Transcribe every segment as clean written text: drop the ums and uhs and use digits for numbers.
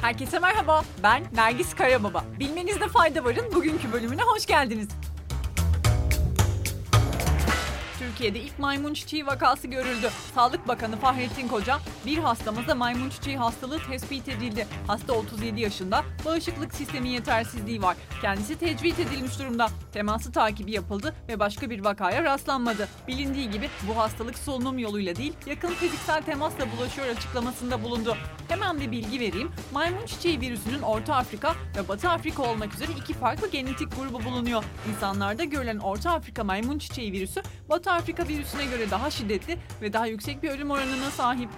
Herkese merhaba, ben Nergis Karababa. Bilmenizde fayda varın bugünkü bölümüne hoş geldiniz. Türkiye'de ilk maymun çiçeği vakası görüldü. Sağlık Bakanı Fahrettin Koca, bir hastamızda maymun çiçeği hastalığı tespit edildi. Hasta 37 yaşında, bağışıklık sistemi yetersizliği var. Kendisi tecrit edilmiş durumda. Teması takibi yapıldı ve başka bir vakaya rastlanmadı. Bilindiği gibi bu hastalık solunum yoluyla değil, yakın fiziksel temasla bulaşıyor açıklamasında bulundu. Hemen bir bilgi vereyim. Maymun çiçeği virüsünün Orta Afrika ve Batı Afrika olmak üzere iki farklı genetik grubu bulunuyor. İnsanlarda görülen Orta Afrika maymun çiçeği virüsü, Batı Afrika virüsüne göre daha şiddetli ve daha yüksek bir ölüm oranına sahip.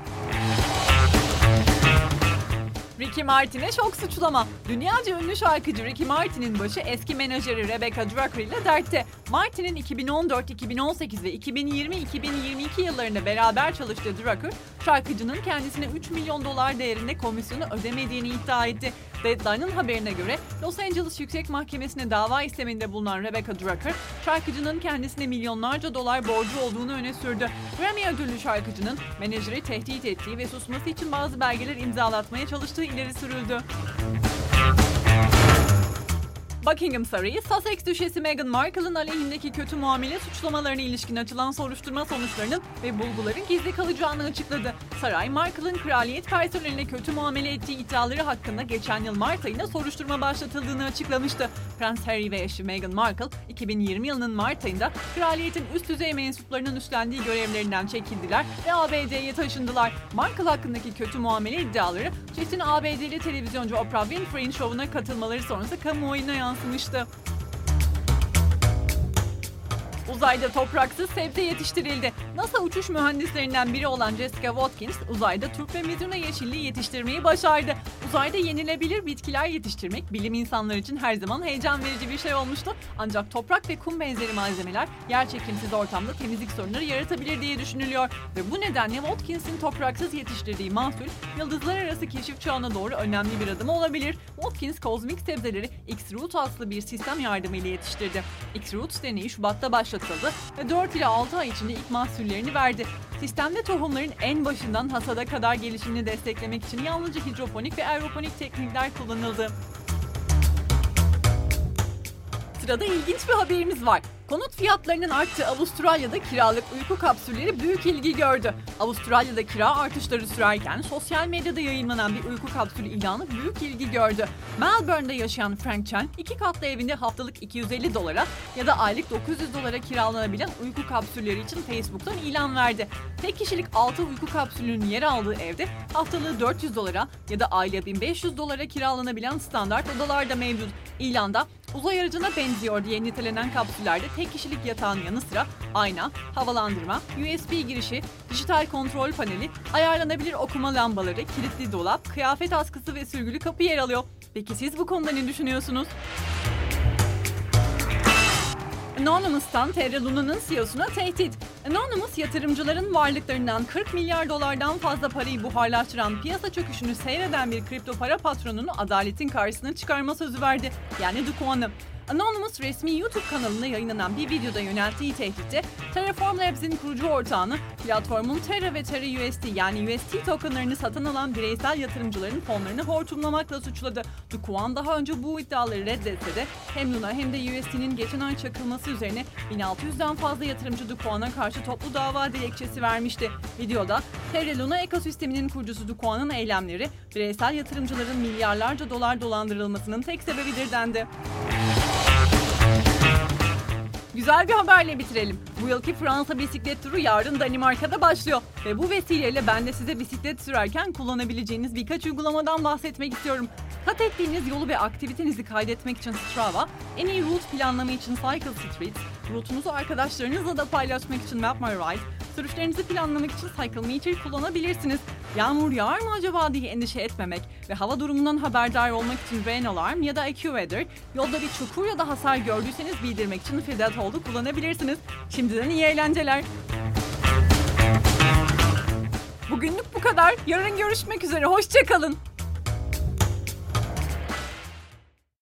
Ricky Martin'e şok suçlama. Dünyaca ünlü şarkıcı Ricky Martin'in başı eski menajeri Rebecca Drucker ile dertte. Martin'in 2014, 2018 ve 2020-2022 yıllarında beraber çalıştığı Drucker, şarkıcının kendisine $3 milyon değerinde komisyonu ödemediğini iddia etti. Deadline'ın haberine göre Los Angeles Yüksek Mahkemesi'ne dava isteminde bulunan Rebecca Drucker, şarkıcının kendisine milyonlarca dolar borcu olduğunu öne sürdü. Grammy ödüllü şarkıcının menajeri tehdit ettiği ve susması için bazı belgeler imzalatmaya çalıştığı ileri sürüldü. Buckingham Sarayı, Sussex Düşesi Meghan Markle'ın aleyhindeki kötü muamele suçlamalarına ilişkin açılan soruşturma sonuçlarının ve bulguların gizli kalacağını açıkladı. Saray, Markle'ın kraliyet personeline kötü muamele ettiği iddiaları hakkında geçen yıl Mart ayında soruşturma başlatıldığını açıklamıştı. Prens Harry ve eşi Meghan Markle, 2020 yılının Mart ayında kraliyetin üst düzey mensuplarının üstlendiği görevlerinden çekildiler ve ABD'ye taşındılar. Markle hakkındaki kötü muamele iddiaları, çiftin ABD'li televizyoncu Oprah Winfrey'in şovuna katılmaları sonrası kamuoyuna yansımıştı. Uzayda topraksız sebze yetiştirildi. NASA uçuş mühendislerinden biri olan Jessica Watkins, uzayda turp ve mizuna yeşilliği yetiştirmeyi başardı. Uzayda yenilebilir bitkiler yetiştirmek bilim insanları için her zaman heyecan verici bir şey olmuştu. Ancak toprak ve kum benzeri malzemeler yerçekimsiz ortamda temizlik sorunları yaratabilir diye düşünülüyor. Ve bu nedenle Watkins'in topraksız yetiştirdiği mahsul, yıldızlar arası keşif çağına doğru önemli bir adım olabilir. Watkins, kozmik sebzeleri X-Root adlı bir sistem yardımıyla yetiştirdi. X-Root deneyi Şubat'ta başlatıldı ve 4 ila 6 ay içinde ilk mahsullerini verdi. Sistemde tohumların en başından hasada kadar gelişimini desteklemek için yalnızca hidroponik ve aeroponik teknikler kullanıldı. Sırada ilginç bir haberimiz var. Konut fiyatlarının arttığı Avustralya'da kiralık uyku kapsülleri büyük ilgi gördü. Avustralya'da kira artışları sürerken sosyal medyada yayınlanan bir uyku kapsülü ilanı büyük ilgi gördü. Melbourne'de yaşayan Frank Chen, 2 katlı evinde haftalık $250 ya da aylık $900 kiralanabilen uyku kapsülleri için Facebook'tan ilan verdi. Tek kişilik 6 uyku kapsülünün yer aldığı evde haftalığı $400 ya da aylığı $1500 kiralanabilen standart odalar da mevcut. İlanda uzay aracına benziyor diye nitelenen kapsüllerde tek kişilik yatağın yanı sıra ayna, havalandırma, USB girişi, dijital kontrol paneli, ayarlanabilir okuma lambaları, kilitli dolap, kıyafet askısı ve sürgülü kapı yer alıyor. Peki siz bu konuda ne düşünüyorsunuz? Anonymous'tan Terra Luna'nın CEO'suna tehdit. Anonymous, yatırımcıların varlıklarından $40 milyar fazla parayı buharlaştıran, piyasa çöküşünü seyreden bir kripto para patronunu adaletin karşısına çıkarma sözü verdi. Yani Duquan'ı. Anonymous, resmi YouTube kanalında yayınlanan bir videoda yönelttiği tehditte, Terraform Labs'in kurucu ortağını, platformun Terra ve Terra USD yani UST tokenlarını satın alan bireysel yatırımcıların fonlarını hortumlamakla suçladı. Duquan daha önce bu iddiaları reddetse de hem Luna hem de USD'nin geçen ay çakılması üzerine 1600'den fazla yatırımcı Duquan'a karşı toplu dava dilekçesi vermişti. Videoda Terra Luna ekosisteminin kurucusu Duquan'ın eylemleri, bireysel yatırımcıların milyarlarca dolar dolandırılmasının tek sebebidir dendi. Güzel bir haberle bitirelim. Bu yılki Fransa bisiklet turu yarın Danimarka'da başlıyor. Ve bu vesileyle ben de size bisiklet sürerken kullanabileceğiniz birkaç uygulamadan bahsetmek istiyorum. Kat ettiğiniz yolu ve aktivitenizi kaydetmek için Strava, en iyi route planlama için Cycle Street, rutunuzu arkadaşlarınızla da paylaşmak için Map My Ride, sürüşlerinizi planlamak için Cycle Meter kullanabilirsiniz. Yağmur yağar mı acaba diye endişe etmemek ve hava durumundan haberdar olmak için Rain Alarm ya da AccuWeather, yolda bir çukur ya da hasar gördüyseniz bildirmek için Fideltoll'u kullanabilirsiniz. Şimdiden iyi eğlenceler. Bugünlük bu kadar. Yarın görüşmek üzere. Hoşça kalın.